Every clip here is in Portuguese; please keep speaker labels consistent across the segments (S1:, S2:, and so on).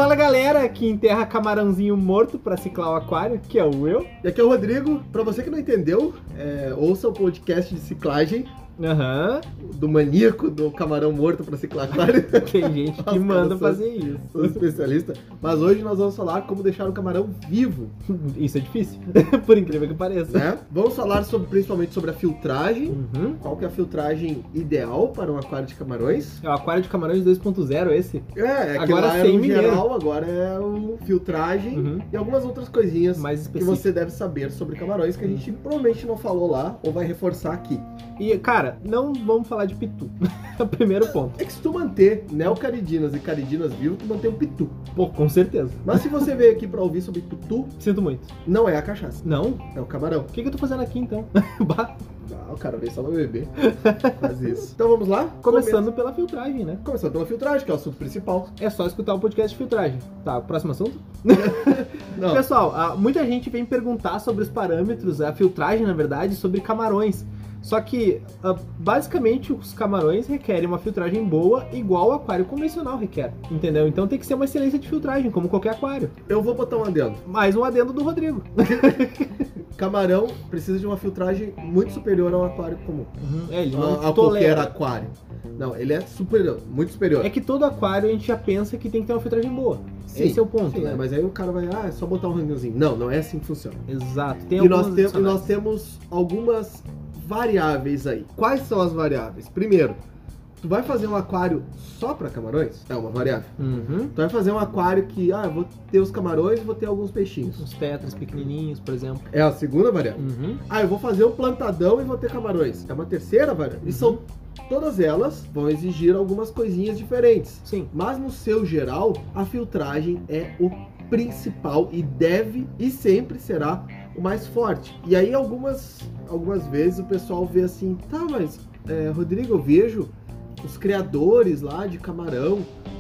S1: Fala galera que enterra camarãozinho morto pra ciclar o aquário, que é o eu.
S2: E aqui é o Rodrigo. Pra você que não entendeu, ouça o podcast de ciclagem. Do maníaco do camarão morto pra ciclar aquário.
S1: Tem gente que manda fazer isso.
S2: Sou especialista. Mas hoje nós vamos falar como deixar o camarão vivo.
S1: Isso é difícil, por incrível que pareça.
S2: Né? Vamos falar principalmente sobre a filtragem. Qual que é a filtragem ideal para um aquário de camarões.
S1: É o aquário de camarões 2.0 esse?
S2: Agora lá era o geral, agora é o filtragem e algumas outras coisinhas
S1: mais
S2: que você deve saber sobre camarões que a gente provavelmente não falou lá ou vai reforçar aqui.
S1: E, cara, não vamos falar de pitu. É o primeiro ponto.
S2: É que se tu manter neocaridinas e caridinas vivos, tu mantém o pitu.
S1: Pô, com certeza.
S2: Mas se você veio aqui pra ouvir sobre pitu...
S1: Sinto muito.
S2: Não é a cachaça.
S1: Não?
S2: É o camarão.
S1: O que eu tô fazendo aqui, então?
S2: O cara veio só pra beber. Faz isso. Então vamos lá?
S1: Começando pela filtragem, né?
S2: Começando pela filtragem, que é o assunto principal.
S1: É só escutar o podcast de filtragem. Tá, próximo assunto?
S2: Não.
S1: Pessoal, muita gente vem perguntar sobre os parâmetros, a filtragem, na verdade, sobre camarões. Só que, basicamente, os camarões requerem uma filtragem boa, igual o aquário convencional requer, entendeu? Então tem que ser uma excelência de filtragem, como qualquer aquário.
S2: Eu vou botar um adendo.
S1: Mais um adendo do Rodrigo.
S2: Camarão precisa de uma filtragem muito superior ao aquário comum.
S1: Ele não
S2: a qualquer aquário. Não, ele é superior, muito superior.
S1: É que todo aquário a gente já pensa que tem que ter uma filtragem boa. Sim, esse é o ponto,
S2: sim,
S1: né? Mas
S2: aí o cara vai, é só botar um ranguinhozinho. Não é assim que funciona.
S1: Exato.
S2: E nós temos algumas variáveis aí. Quais são as variáveis? Primeiro, tu vai fazer um aquário só para camarões? É uma variável. Tu vai fazer um aquário que, eu vou ter os camarões e vou ter alguns peixinhos.
S1: Os tetras pequenininhos, por exemplo.
S2: É a segunda variável. Eu vou fazer um plantadão e vou ter camarões. É uma terceira variável. E são todas elas vão exigir algumas coisinhas diferentes.
S1: Sim.
S2: Mas no seu geral, a filtragem é o principal e deve e sempre será o mais forte. E aí algumas vezes o pessoal vê assim, tá, mas Rodrigo, eu vejo os criadores lá de camarão,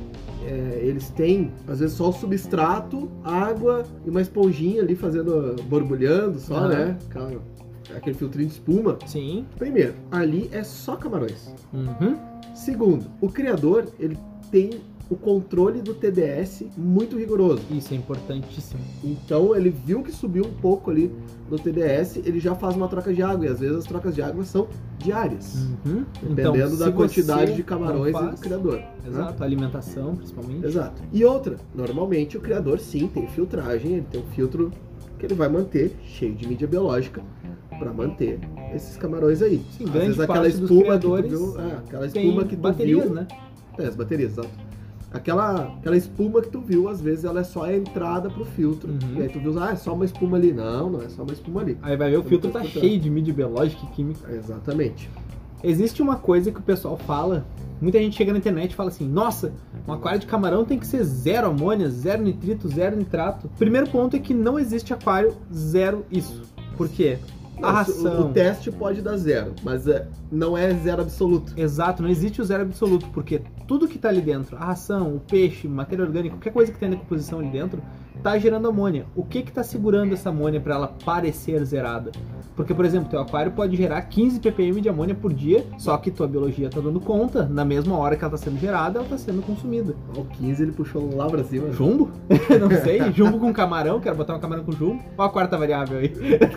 S2: eles têm às vezes só o substrato, água e uma esponjinha ali borbulhando só, né? Aquele filtrinho de espuma.
S1: Sim.
S2: Primeiro, ali é só camarões. Segundo, o criador, ele tem o controle do TDS muito rigoroso.
S1: Isso é importantíssimo.
S2: Então ele viu que subiu um pouco ali no TDS, ele já faz uma troca de água. E às vezes as trocas de água são diárias. Dependendo da quantidade de camarões do criador.
S1: Exato, né? Alimentação principalmente.
S2: Exato. E outra, normalmente o criador sim tem filtragem, ele tem um filtro que ele vai manter cheio de mídia biológica para manter esses camarões aí.
S1: Sim,
S2: às vezes aquela espuma que tu viu, aquela espuma que tu
S1: baterias,
S2: viu,
S1: né?
S2: As baterias, exato. Aquela espuma que tu viu, às vezes ela é só a entrada pro filtro. E aí tu viu, é só uma espuma ali. Não é só uma espuma ali.
S1: Aí vai ver, o filtro tá cheio de mídia biológica e química.
S2: Exatamente.
S1: Existe uma coisa que o pessoal fala, muita gente chega na internet e fala assim, nossa, um aquário de camarão tem que ser zero amônia, zero nitrito, zero nitrato. Primeiro ponto é que não existe aquário zero isso. Por quê? A ração.
S2: O teste pode dar zero, mas não é zero absoluto.
S1: Exato, não existe o zero absoluto, porque tudo que tá ali dentro, a ração, o peixe, matéria orgânica, qualquer coisa que tem na composição ali dentro, tá gerando amônia. O que tá segurando essa amônia para ela parecer zerada? Porque, por exemplo, teu aquário pode gerar 15 ppm de amônia por dia, só que tua biologia tá dando conta, na mesma hora que ela tá sendo gerada, ela tá sendo consumida.
S2: O 15 ele puxou lá pra cima.
S1: Jumbo? Não sei, jumbo com camarão, quero botar um camarão com jumbo. Olha a quarta variável aí.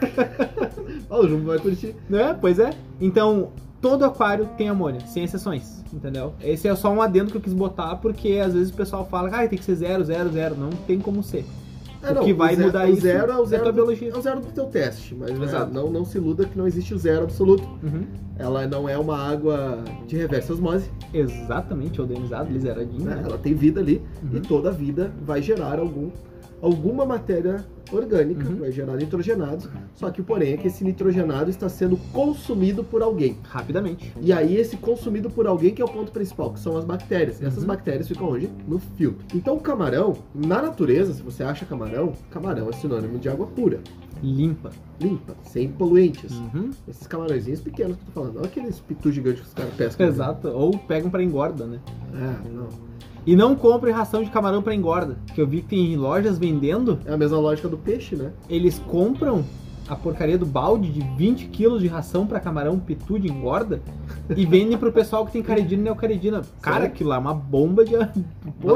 S2: O jumbo vai curtir.
S1: Pois é. Então, todo aquário tem amônia, sem exceções, entendeu? Esse é só um adendo que eu quis botar, porque às vezes o pessoal fala, tem que ser 0, 0, 0. Não tem como ser. O que vai mudar isso
S2: é o zero
S1: tua biologia.
S2: É o zero do teu teste, mas não se iluda que não existe o zero absoluto. Ela não é uma água de reversa osmose.
S1: Exatamente, ionizada, ali zeradinha.
S2: Né? Ela tem vida ali e toda vida vai gerar alguma matéria orgânica, vai gerar nitrogenados, só que porém é que esse nitrogenado está sendo consumido por alguém.
S1: Rapidamente.
S2: E aí esse consumido por alguém que é o ponto principal, que são as bactérias. E essas bactérias ficam onde? No filtro. Então o camarão, na natureza, se você acha camarão é sinônimo de água pura.
S1: Limpa,
S2: sem poluentes. Esses camarõezinhos pequenos que eu tô falando, não aqueles pitu gigantes que os caras pescam.
S1: Exato, ou pegam pra engorda, né?
S2: Não.
S1: E não compre ração de camarão pra engorda, que eu vi que tem lojas vendendo.
S2: É a mesma lógica do peixe, né?
S1: Eles compram a porcaria do balde de 20 quilos de ração pra camarão pitu de engorda e vendem pro pessoal que tem caridina e neocaridina. Cara, aquilo lá é uma bomba de...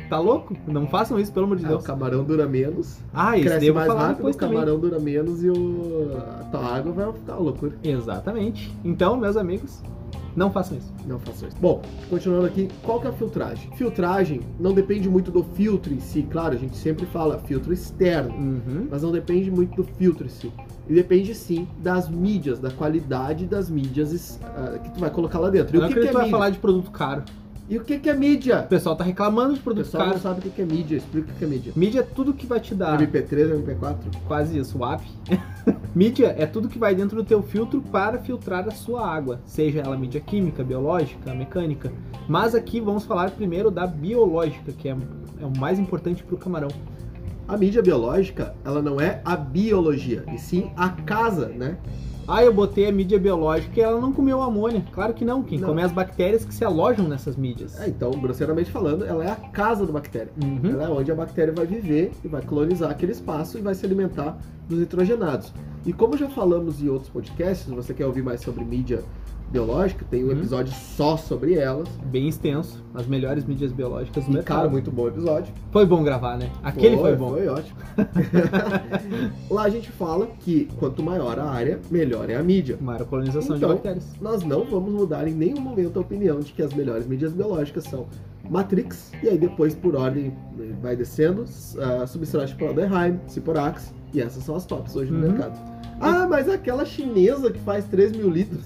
S1: Tá louco? Não façam isso, pelo amor de
S2: O
S1: Deus.
S2: camarão dura menos,
S1: Ah, isso daí
S2: cresce
S1: eu vou
S2: mais
S1: falar
S2: rápido,
S1: depois
S2: o
S1: também.
S2: camarão dura menos e a tua água vai ficar uma loucura.
S1: Exatamente. Então, meus amigos, não façam isso.
S2: Não faço isso. Bom, continuando aqui, qual que é a filtragem? Filtragem não depende muito do filtro em si, claro, a gente sempre fala filtro externo, mas não depende muito do filtro em si. E depende sim das mídias, da qualidade das mídias que tu vai colocar lá dentro. E
S1: Eu não
S2: o que
S1: acredito
S2: é
S1: que vai
S2: mídia?
S1: falar de produto caro.
S2: E o que é mídia?
S1: O pessoal tá reclamando de
S2: O
S1: produto
S2: pessoal não
S1: caro.
S2: sabe o que é mídia, explica o que é mídia.
S1: Mídia é tudo que vai te dar.
S2: MP3, MP4?
S1: Quase isso, WAP. Mídia é tudo que vai dentro do teu filtro para filtrar a sua água, seja ela mídia química, biológica, mecânica. Mas aqui vamos falar primeiro da biológica, que é o mais importante para o camarão.
S2: A mídia biológica, ela não é a biologia, e sim a casa, né?
S1: Ah, eu botei a mídia biológica e ela não comeu amônia. Claro que não, quem
S2: Não.
S1: come é as bactérias que se alojam nessas mídias.
S2: Então, grosseiramente falando, ela é a casa da bactéria.
S1: Uhum.
S2: Ela é onde a bactéria vai viver e vai colonizar aquele espaço e vai se alimentar dos nitrogenados. E como já falamos em outros podcasts, se você quer ouvir mais sobre mídia biológica, tem um episódio só sobre elas.
S1: Bem extenso, as melhores mídias biológicas do
S2: E,
S1: mercado.
S2: cara, muito bom episódio.
S1: Foi bom gravar, né? Aquele foi bom.
S2: Foi ótimo. Lá a gente fala que quanto maior a área, melhor é a mídia.
S1: Maior colonização
S2: Então,
S1: de bactérias.
S2: Nós não vamos mudar em nenhum momento a opinião de que as melhores mídias biológicas são Matrix, e aí depois, por ordem, vai descendo, Substrate Prodeheim, Ciporax, e essas são as tops hoje no mercado. Ah, mas aquela chinesa que faz 3 mil litros,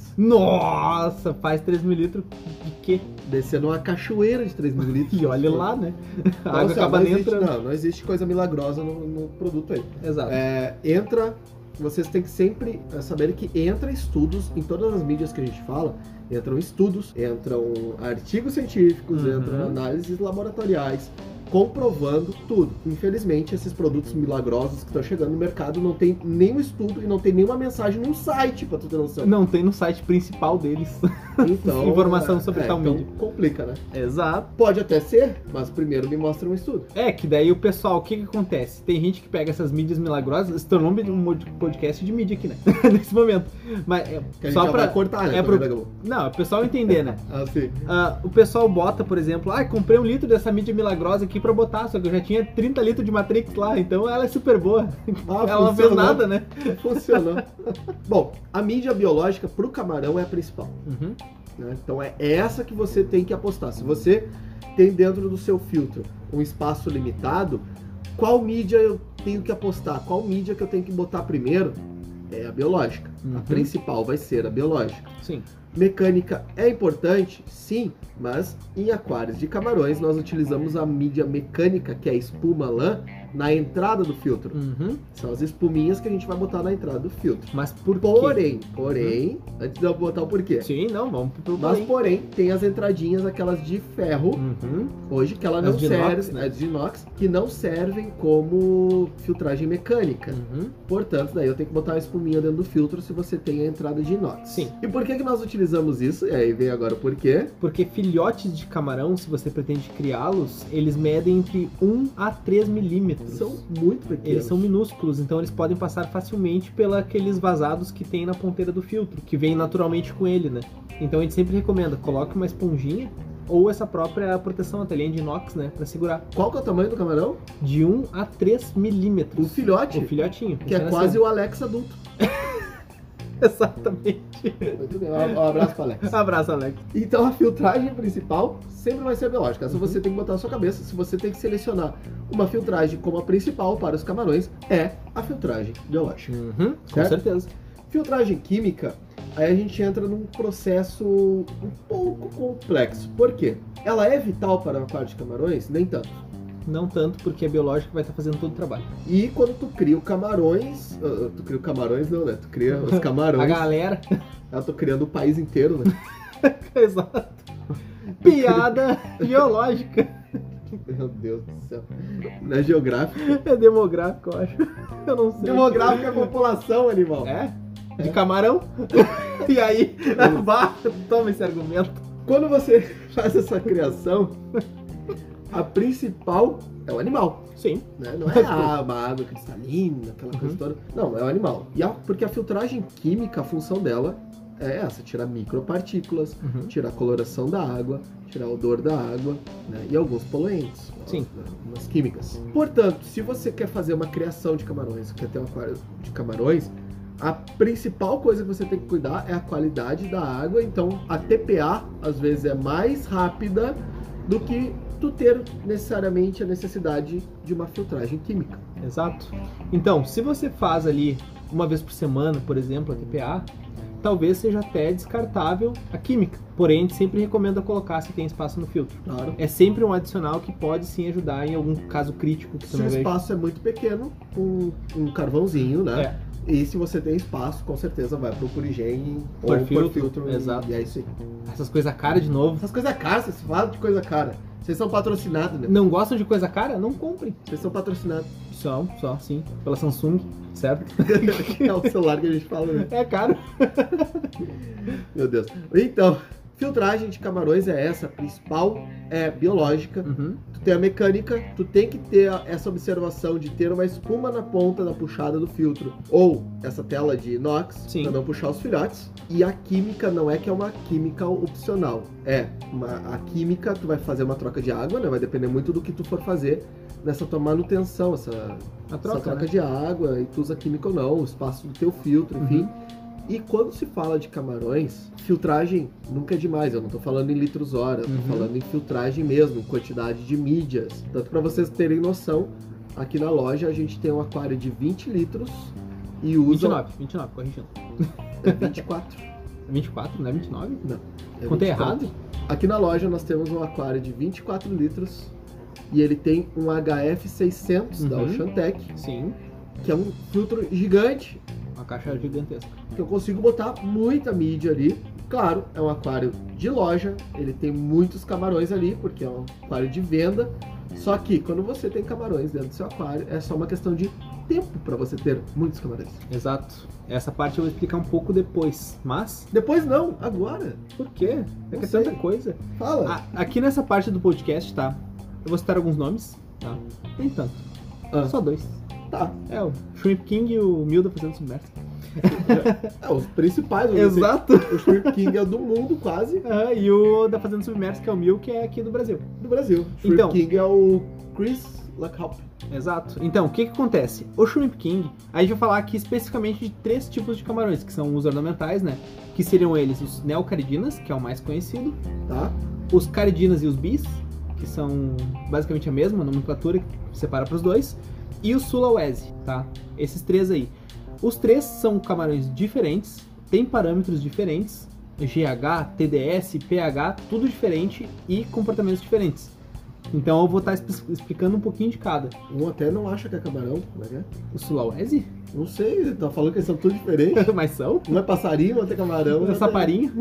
S1: Nossa, faz 3 mil litros de quê?
S2: descendo uma cachoeira de 3 mil litros.
S1: E olha lá, né? A
S2: Então,
S1: água
S2: assim,
S1: acaba
S2: não
S1: nem
S2: existe,
S1: entrando.
S2: não existe coisa milagrosa no produto aí.
S1: Exato.
S2: Entra, vocês têm que sempre saber que entra estudos, em todas as mídias que a gente fala, entram estudos, entram artigos científicos, entram análises laboratoriais, comprovando tudo. Infelizmente, esses produtos milagrosos que estão chegando no mercado não tem nenhum estudo e não tem nenhuma mensagem num site, pra tu ter noção.
S1: Não tem no site principal deles.
S2: Então,
S1: Informação sobre tal
S2: então
S1: mídia.
S2: complica, né?
S1: Exato.
S2: Pode até ser, mas primeiro me mostra um estudo.
S1: É, que daí o pessoal, o que acontece? Tem gente que pega essas mídias milagrosas, se tornou um podcast de mídia aqui, né? Nesse momento. Mas
S2: Que a gente
S1: só
S2: já
S1: pra...
S2: vai cortar, né?
S1: é
S2: também
S1: pro...
S2: daqui a pouco.
S1: Não, é o pessoal entender, né?
S2: Assim.
S1: O pessoal bota, por exemplo, comprei 1 litro dessa mídia milagrosa aqui pra botar, só que eu já tinha 30 litros de Matrix lá, então ela é super boa. Ela não fez
S2: funcionou.
S1: nada, né?
S2: Funcionou. Bom, a mídia biológica pro camarão é a principal.
S1: Uhum.
S2: Né? Então é essa que você tem que apostar. Se você tem dentro do seu filtro um espaço limitado, qual mídia eu tenho que apostar? Qual mídia que eu tenho que botar primeiro? É a biológica. A principal vai ser a biológica.
S1: Sim.
S2: Mecânica é importante? Sim, mas em aquários de camarões nós utilizamos a mídia mecânica, que é a espuma lã, na entrada do filtro.
S1: Uhum.
S2: São as espuminhas que a gente vai botar na entrada do filtro.
S1: Mas por quê?
S2: Porém, antes de eu botar o porquê.
S1: Sim, não, vamos pro
S2: Mas
S1: porém.
S2: porém, tem as entradinhas, aquelas de ferro,
S1: Uhum.
S2: hoje, que ela
S1: As
S2: não
S1: de
S2: serve,
S1: inox, né?
S2: as de inox, que não servem como filtragem mecânica.
S1: Uhum.
S2: Portanto, daí eu tenho que botar uma espuminha dentro do filtro se você tem a entrada de inox.
S1: Sim.
S2: E por que nós utilizamos isso? E aí vem agora o porquê.
S1: Porque filhotes de camarão, se você pretende criá-los, eles medem entre 1 a 3 milímetros.
S2: São muito pequenos.
S1: Eles são minúsculos, então eles podem passar facilmente pelos vazados que tem na ponteira do filtro, que vem naturalmente com ele, né? Então a gente sempre recomenda, coloque uma esponjinha ou essa própria proteção, a telinha de inox, né? Pra segurar.
S2: Qual que é o tamanho do camarão?
S1: De 1 a 3 milímetros.
S2: O filhote?
S1: O filhotinho.
S2: Que é quase o Alex adulto.
S1: Exatamente.
S2: Muito bem, um abraço para Alex.
S1: Abraço, Alex.
S2: Então a filtragem principal sempre vai ser biológica. Essa você tem que botar na sua cabeça. Se você tem que selecionar uma filtragem como a principal para os camarões, é a filtragem biológica.
S1: Uhum, com
S2: Certo?
S1: certeza.
S2: Filtragem química, aí a gente entra num processo um pouco complexo. Por quê? Ela é vital para o aquário de camarões? Nem tanto.
S1: Não tanto, porque a biológica vai estar fazendo todo o trabalho.
S2: E quando tu cria o camarões... Tu cria o camarões, não, né? Tu cria os
S1: A
S2: camarões.
S1: galera.
S2: Eu tô criando o país inteiro, né?
S1: Exato. Piada geológica.
S2: Meu Deus do céu. Não é geográfico.
S1: É demográfico, eu acho. Eu não sei.
S2: Demográfico é a população, animal.
S1: É? De camarão? E aí? Vá, toma esse argumento.
S2: Quando você faz essa criação, a principal é o animal.
S1: Sim.
S2: Né? Não é uma água cristalina, aquela coisa toda. Não, é o animal. Porque a filtragem química, a função dela é essa, tirar micropartículas, tirar a coloração da água, tirar o odor da água, né? E alguns poluentes,
S1: Sim.
S2: Algumas químicas. Portanto, se você quer fazer uma criação de camarões, quer ter um aquário de camarões, a principal coisa que você tem que cuidar é a qualidade da água. Então, a TPA, às vezes, é mais rápida do que tu ter necessariamente a necessidade de uma filtragem química.
S1: Exato. Então, se você faz ali uma vez por semana, por exemplo, a TPA, talvez seja até descartável a química. Porém, a gente sempre recomenda colocar se tem espaço no filtro.
S2: Claro.
S1: É sempre um adicional que pode sim ajudar em algum caso crítico que você
S2: Se o
S1: não veja.
S2: espaço é muito pequeno, um carvãozinho, né?
S1: É.
S2: E se você tem espaço, com certeza vai pro Purigem
S1: Por
S2: ou
S1: filtro,
S2: por filtro.
S1: exato.
S2: E é isso aí.
S1: Essas coisas caras de novo.
S2: Essas coisas caras, vocês falam de coisa cara. Vocês são patrocinados, né?
S1: Não gostam de coisa cara? Não comprem.
S2: Vocês são patrocinados.
S1: Só, sim. Pela Samsung, certo?
S2: É o celular que a gente fala, né?
S1: É caro.
S2: Meu Deus. Então, filtragem de camarões é essa, a principal é biológica. Tu tem a mecânica, tu tem que ter essa observação de ter uma espuma na ponta da puxada do filtro. Ou essa tela de inox,
S1: Sim.
S2: para não puxar os filhotes. E a química não é que é uma química opcional. A química, tu vai fazer uma troca de água, né? Vai depender muito do que tu for fazer nessa tua manutenção, essa troca
S1: né?
S2: de água, e tu usa química ou não, o espaço do teu filtro, enfim. E quando se fala de camarões, filtragem nunca é demais. Eu não tô falando em litros hora, eu tô falando em filtragem mesmo, em quantidade de mídias. Tanto para vocês terem noção, aqui na loja a gente tem um aquário de 20 litros e usa...
S1: 29, corrigindo.
S2: É 24.
S1: 24, não é 29?
S2: Não. É
S1: Contei
S2: 24.
S1: errado?
S2: Aqui na loja nós temos um aquário de 24 litros e ele tem um HF600 da Oceantec,
S1: Sim.
S2: que é um filtro gigante,
S1: Uma caixa gigantesca.
S2: que eu consigo botar muita mídia ali. Claro, é um aquário de loja, ele tem muitos camarões ali, porque é um aquário de venda. Só que quando você tem camarões dentro do seu aquário, é só uma questão de tempo para você ter muitos camarões.
S1: Exato. Essa parte eu vou explicar um pouco depois, mas...
S2: Depois não, agora.
S1: Por quê? É que é
S2: sei.
S1: tanta coisa.
S2: Fala.
S1: Aqui nessa parte do podcast, tá? Eu vou citar alguns nomes, tá? Nem tanto. Só 2.
S2: Tá.
S1: É o Shrimp King e o Milda fazendo submerso.
S2: Os principais.
S1: Exato.
S2: O Shrimp King é do mundo, quase.
S1: E o da Fazenda Submerso, que é o Mil, que é aqui do Brasil.
S2: Do Brasil. Shrimp
S1: Então.
S2: King é o Chris Luckhaupt.
S1: Exato. Então, o que acontece? O Shrimp King, a gente vai falar aqui especificamente de 3 tipos de camarões, que são os ornamentais, né? Que seriam eles os neocaridinas, que é o mais conhecido,
S2: Tá?
S1: os caridinas e os bis, que são basicamente a mesma nomenclatura que separa para os dois, e o sulawesi, tá? Esses 3 aí. Os 3 são camarões diferentes, têm parâmetros diferentes, GH, TDS, pH, tudo diferente e comportamentos diferentes. Então eu vou estar explicando um pouquinho de cada.
S2: Um até não acha que é camarão, como é que é?
S1: O sulawesi?
S2: Não sei, tá falando que eles são tudo diferentes.
S1: Mas são?
S2: Um é passarinho, outro é camarão.
S1: O
S2: outro é-
S1: saparinho.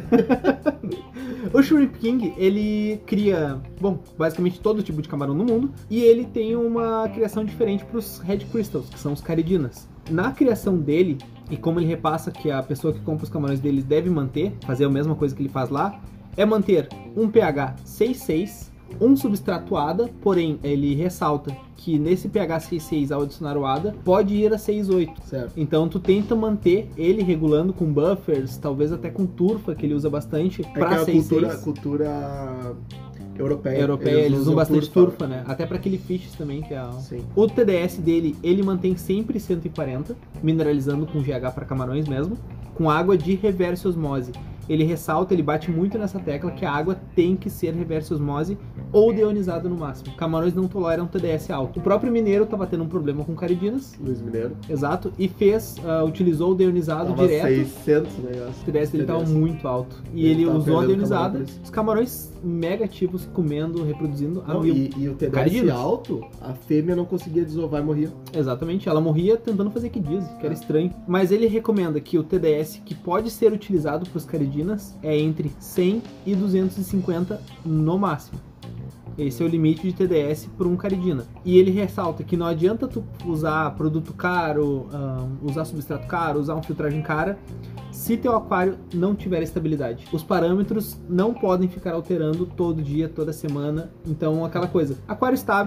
S1: O Shrimp King, ele cria, bom, basicamente todo tipo de camarão no mundo, e ele tem uma criação diferente para os Red Crystals, que são os caridinas. Na criação dele, e como ele repassa que a pessoa que compra os camarões dele deve manter, fazer a mesma coisa que ele faz lá, é manter um pH 6,6, um substrato ADA, porém ele ressalta que nesse pH 6,6 ao adicionar o ADA pode ir a 6,8.
S2: Certo.
S1: Então tu tenta manter ele regulando com buffers, talvez até com turfa, que ele usa bastante,
S2: É
S1: pra
S2: que
S1: 6,6.
S2: a cultura europeia.
S1: Eles usam bastante turfa, né? Até pra aquele fishes também, que é...
S2: Sim.
S1: O TDS dele, ele mantém sempre 140, mineralizando com GH para camarões mesmo, com água de reverse osmose. Ele ressalta, ele bate muito nessa tecla que a água tem que ser reverse osmose ou deionizada no máximo. Camarões não toleram TDS alto. O próprio Mineiro estava tendo um problema com caridinas,
S2: Luiz Mineiro.
S1: exato, e utilizou o deionizado
S2: Tava
S1: direto.
S2: 600 negócio.
S1: O TDS dele estava muito alto. E
S2: Ele
S1: ele
S2: tava
S1: usou a
S2: perdendo
S1: deionizada.
S2: camarão por isso.
S1: Os camarões mega ativos comendo, reproduzindo a
S2: Não,
S1: mil.
S2: e o TDS
S1: Caridinas.
S2: alto, a fêmea não conseguia desovar e morria.
S1: Exatamente, ela morria tentando fazer quidise, que era estranho. Mas ele recomenda que o TDS que pode ser utilizado para os caridinas é entre 100 e 250 no máximo. Esse é o limite de TDS para um caridina. E ele ressalta que não adianta tu usar produto caro, usar substrato caro, usar uma filtragem cara, se teu aquário não tiver estabilidade. Os parâmetros não podem ficar alterando todo dia, toda semana. Então, aquela coisa, aquário estável,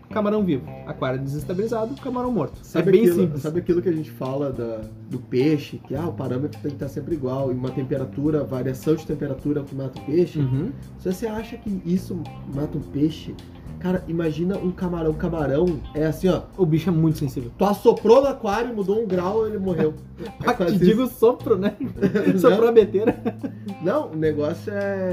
S1: camarão vivo. Aquário desestabilizado, camarão morto.
S2: Sabe
S1: é bem
S2: aquilo,
S1: simples.
S2: Sabe aquilo que a gente fala do peixe, que o parâmetro tem que estar sempre igual, e uma temperatura, variação de temperatura que mata o peixe?
S1: Uhum.
S2: Se você acha que isso mata um peixe, cara, imagina um camarão. Camarão é assim, ó.
S1: O bicho é muito sensível.
S2: Tu assoprou no aquário, mudou 1 grau, ele morreu.
S1: Ah, te digo sopro, né? Soprou a beteira.
S2: Não, o negócio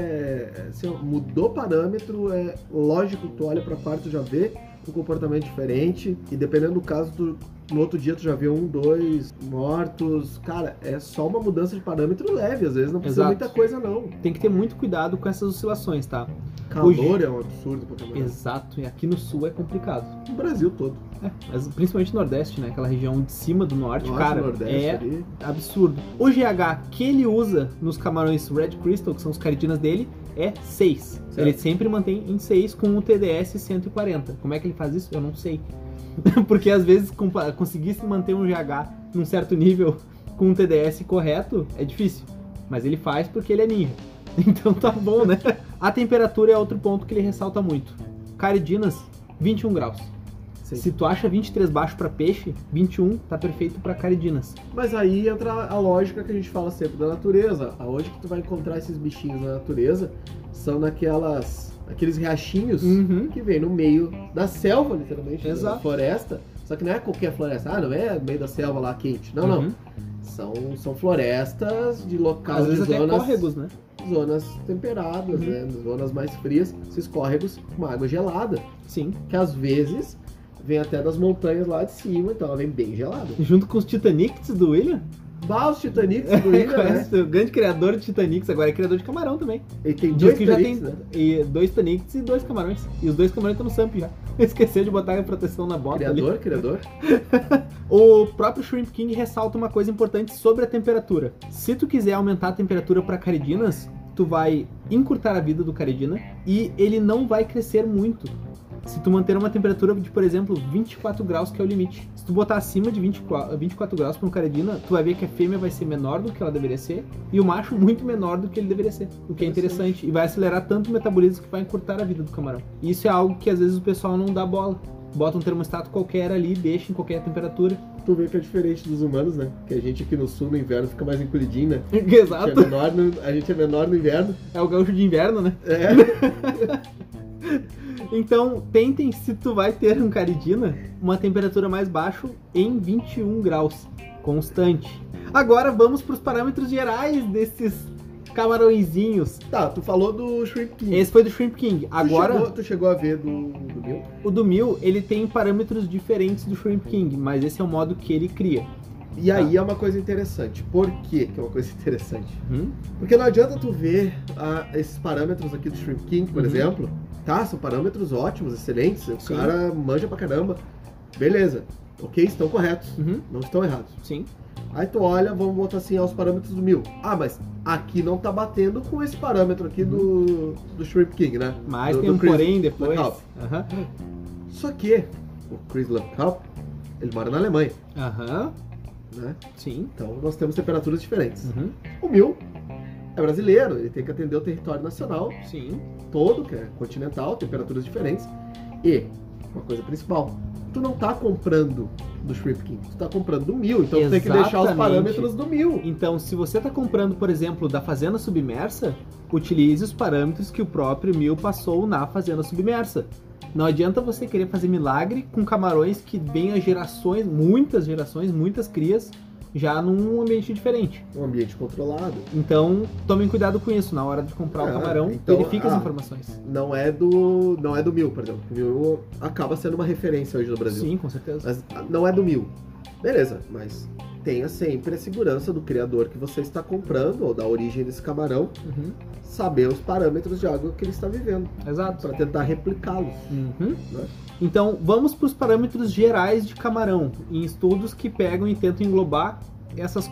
S2: é assim, ó, mudou parâmetro, é lógico, tu olha pra fora, tu já vê um comportamento diferente, e dependendo do caso, no outro dia tu já vê 1, 2 mortos. Cara, é só uma mudança de parâmetro leve, às vezes não precisa
S1: Exato.
S2: muita coisa não.
S1: Tem que ter muito cuidado com essas oscilações, tá?
S2: Calor é um absurdo pra camarão.
S1: Exato, e aqui no sul é complicado.
S2: No Brasil todo.
S1: Mas principalmente no Nordeste, né? Aquela região de cima do norte, cara,
S2: Nordeste,
S1: é
S2: ali.
S1: absurdo. O GH que ele usa nos camarões Red Crystal, que são os caridinas dele, é 6.
S2: Certo.
S1: Ele sempre mantém em 6 com o TDS 140. Como é que ele faz isso? Eu não sei. Porque às vezes conseguir manter um GH num certo nível com um TDS correto é difícil. Mas ele faz porque ele é ninja. Então tá bom, né? A temperatura é outro ponto que ele ressalta muito. Caridinas, 21 graus.
S2: Sim.
S1: Se tu acha 23 baixo pra peixe, 21 tá perfeito pra caridinas.
S2: Mas aí entra a lógica que a gente fala sempre da natureza. Aonde que tu vai encontrar esses bichinhos na natureza são aqueles riachinhos que vem no meio da selva, literalmente,
S1: Exato.
S2: da floresta. Só que não é qualquer floresta. Não é no meio da selva lá quente. Não. São florestas de locais,
S1: Às vezes
S2: de
S1: até córregos, né?
S2: zonas temperadas, né? Zonas mais frias, esses córregos com água gelada.
S1: Sim.
S2: Que às vezes vem até das montanhas lá de cima, então ela vem bem gelada.
S1: Junto com os Titanics do William.
S2: Os Titanics do William, né?
S1: Conhece o grande criador de Titanics, agora é criador de camarão também.
S2: Ele tem
S1: Diz
S2: dois
S1: que já
S2: Titanics,
S1: tem
S2: né?
S1: e 2 Titanics e 2 camarões. E os 2 camarões estão no SAMP já. Esqueceu de botar a proteção na bota ali.
S2: Criador.
S1: O próprio Shrimp King ressalta uma coisa importante sobre a temperatura. Se tu quiser aumentar a temperatura para caridinas, tu vai encurtar a vida do caridina e ele não vai crescer muito. Se tu manter uma temperatura de, por exemplo, 24 graus, que é o limite. Se tu botar acima de 24 graus para um caridina, tu vai ver que a fêmea vai ser menor do que ela deveria ser e o macho muito menor do que ele deveria ser. O que é interessante. E vai acelerar tanto o metabolismo que vai encurtar a vida do camarão. E isso é algo que às vezes o pessoal não dá bola. Bota um termostato qualquer ali, deixa em qualquer temperatura.
S2: Tu vê que é diferente dos humanos, né? Que a gente aqui no sul, no inverno, fica mais encolhidinho, né?
S1: Exato.
S2: A gente é menor no inverno.
S1: É o gaúcho de inverno, né?
S2: É.
S1: Então, tentem, se tu vai ter um caridina, uma temperatura mais baixa em 21 graus, constante. Agora vamos para os parâmetros gerais desses camarõezinhos.
S2: Tá, tu falou do Shrimp King.
S1: Esse foi do Shrimp King. Agora,
S2: Tu chegou a ver do Mil?
S1: o do Mil, ele tem parâmetros diferentes do Shrimp King, mas esse é o modo que ele cria.
S2: E aí é uma coisa interessante. Por quê que é uma coisa interessante?
S1: Hum?
S2: Porque não adianta tu ver esses parâmetros aqui do Shrimp King, por
S1: Uhum.
S2: exemplo. Tá, são parâmetros ótimos, excelentes. O
S1: Sim.
S2: cara manja pra caramba. Beleza. Ok, estão corretos.
S1: Uhum.
S2: Não estão errados.
S1: Sim.
S2: Aí tu olha, vamos botar assim aos parâmetros do Mil. Ah, mas aqui não tá batendo com esse parâmetro aqui do Shrimp King, né?
S1: Mas
S2: Do-
S1: tem
S2: do
S1: um
S2: Chris
S1: porém depois.
S2: Lacob.
S1: Aham.
S2: Só que o Chris Lacob, ele mora na Alemanha,
S1: Aham.
S2: né?
S1: Sim.
S2: Então nós temos temperaturas diferentes.
S1: Uhum.
S2: O Mil é brasileiro, ele tem que atender o território nacional
S1: Sim.
S2: todo, que é continental, temperaturas diferentes. E, uma coisa principal, tu não tá comprando do Shrimp King, tu tá comprando do Mil, então tu tem que deixar os
S1: Exatamente.
S2: parâmetros do Mil.
S1: Então, se você está comprando, por exemplo, da Fazenda Submersa, utilize os parâmetros que o próprio Mil passou na Fazenda Submersa. Não adianta você querer fazer milagre com camarões que vêm a gerações, muitas crias, já num ambiente diferente.
S2: Um ambiente controlado.
S1: Então, tomem cuidado com isso. Na hora de comprar o camarão,
S2: então,
S1: verifique as informações.
S2: Não é do Mil, por exemplo. O Mil acaba sendo uma referência hoje no Brasil.
S1: Sim, com certeza.
S2: Mas não é do Mil. Beleza, mas tenha sempre a segurança do criador que você está comprando, ou da origem desse camarão,
S1: Uhum.
S2: saber os parâmetros de água que ele está vivendo,
S1: Exato.
S2: para tentar replicá-los.
S1: Uhum.
S2: Né?
S1: Então, vamos para os parâmetros gerais de camarão, em estudos que pegam e tentam englobar essas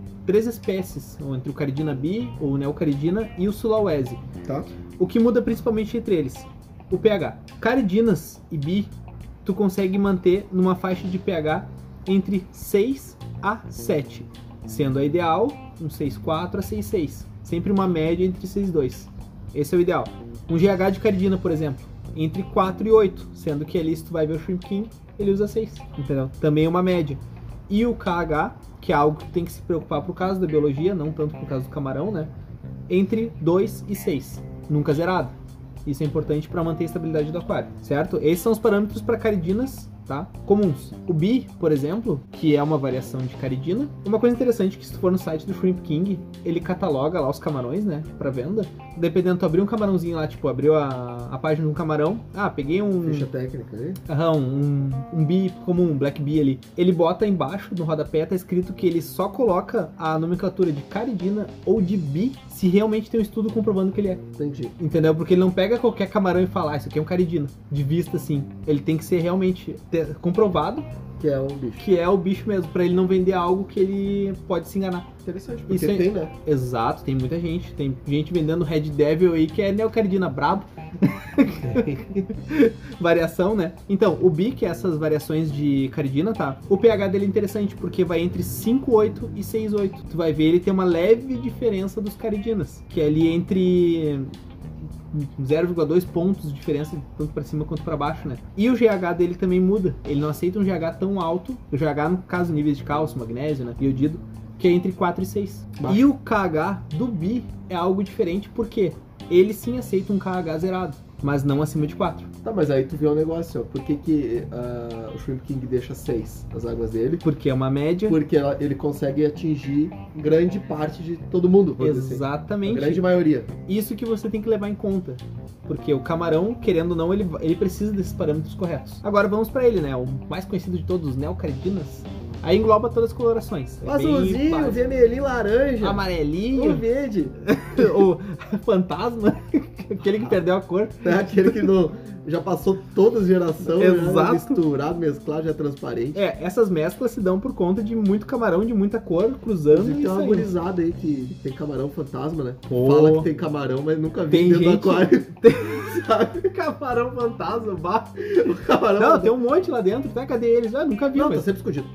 S1: 3 espécies, entre o Caridina bi, o Neocaridina e o Sulawesi.
S2: Tá?
S1: O que muda principalmente entre eles? O pH. Caridinas e bi, tu consegue manter numa faixa de pH entre 6 a 7, sendo a ideal um 6,4 a 6,6. Sempre uma média entre 6,2. Esse é o ideal. Um GH de caridina, por exemplo, entre 4 e 8, sendo que ali se tu vai ver o Shrimp King, ele usa 6, entendeu? Também é uma média. E o KH, que é algo que tem que se preocupar pro caso da biologia, não tanto pro caso do camarão, né? Entre 2 e 6, nunca zerado. Isso é importante para manter a estabilidade do aquário, certo? Esses são os parâmetros para caridinas, tá? Comuns. O bi, por exemplo, que é uma variação de caridina. Uma coisa interessante é que se tu for no site do Shrimp King, ele cataloga lá os camarões, né? Pra venda. Dependendo, tu abrir um camarãozinho lá, tipo, abriu a página de um camarão. Ah, peguei um...
S2: Ficha técnica aí.
S1: Um bi comum, um black bi ali. Ele bota embaixo, no rodapé, tá escrito que ele só coloca a nomenclatura de caridina ou de bi se realmente tem um estudo comprovando que ele é.
S2: Entendi.
S1: Entendeu? Porque ele não pega qualquer camarão e fala, isso aqui é um caridina. De vista, assim. Ele tem que ser realmente comprovado
S2: que é um bicho.
S1: Que é o bicho mesmo, pra ele não vender algo que ele pode se enganar.
S2: Interessante, porque tem, né?
S1: Exato, tem muita gente. Tem gente vendendo Red Devil aí que é neocaridina brabo. Variação, né? Então, o bi, que é essas variações de caridina, tá? O pH dele é interessante, porque vai entre 5,8 e 6,8. Tu vai ver, ele tem uma leve diferença dos caridinas, que é ali entre 0,2 pontos de diferença, tanto para cima quanto para baixo, né? E o GH dele também muda. Ele não aceita um GH tão alto. O GH, no caso, níveis de cálcio, magnésio, né? Iodido, que é entre 4 e 6. Baixo. E o KH do bi é algo diferente, porque ele sim aceita um KH zerado, mas não acima de 4.
S2: Tá, mas aí tu vê um negócio, ó. Por que o Shrimp King deixa 6 as águas dele?
S1: Porque é uma média.
S2: Porque ele consegue atingir grande parte de todo mundo.
S1: Exatamente.
S2: A grande maioria.
S1: Isso que você tem que levar em conta. Porque o camarão, querendo ou não, ele precisa desses parâmetros corretos. Agora vamos pra ele, né? O mais conhecido de todos, os neocaridinas. Aí engloba todas as colorações.
S2: O azulzinho, vermelhinho, laranja.
S1: Amarelinho.
S2: O verde.
S1: O fantasma. Aquele que perdeu a cor.
S2: É aquele que não... Já passou toda a geração,
S1: exato.
S2: Misturado, mesclado, já é transparente.
S1: É, essas mesclas se dão por conta de muito camarão, de muita cor, cruzando.
S2: E tem uma gurizada aí que tem camarão fantasma, né?
S1: Pô.
S2: Fala que tem camarão, mas nunca vi
S1: tem
S2: dentro
S1: gente...
S2: do aquário.
S1: Sabe? Camarão fantasma, bah.
S2: O camarão
S1: não, tem um monte lá dentro, tá? Cadê eles? Ah, nunca vi,
S2: não,
S1: mas...
S2: tá sempre escondido.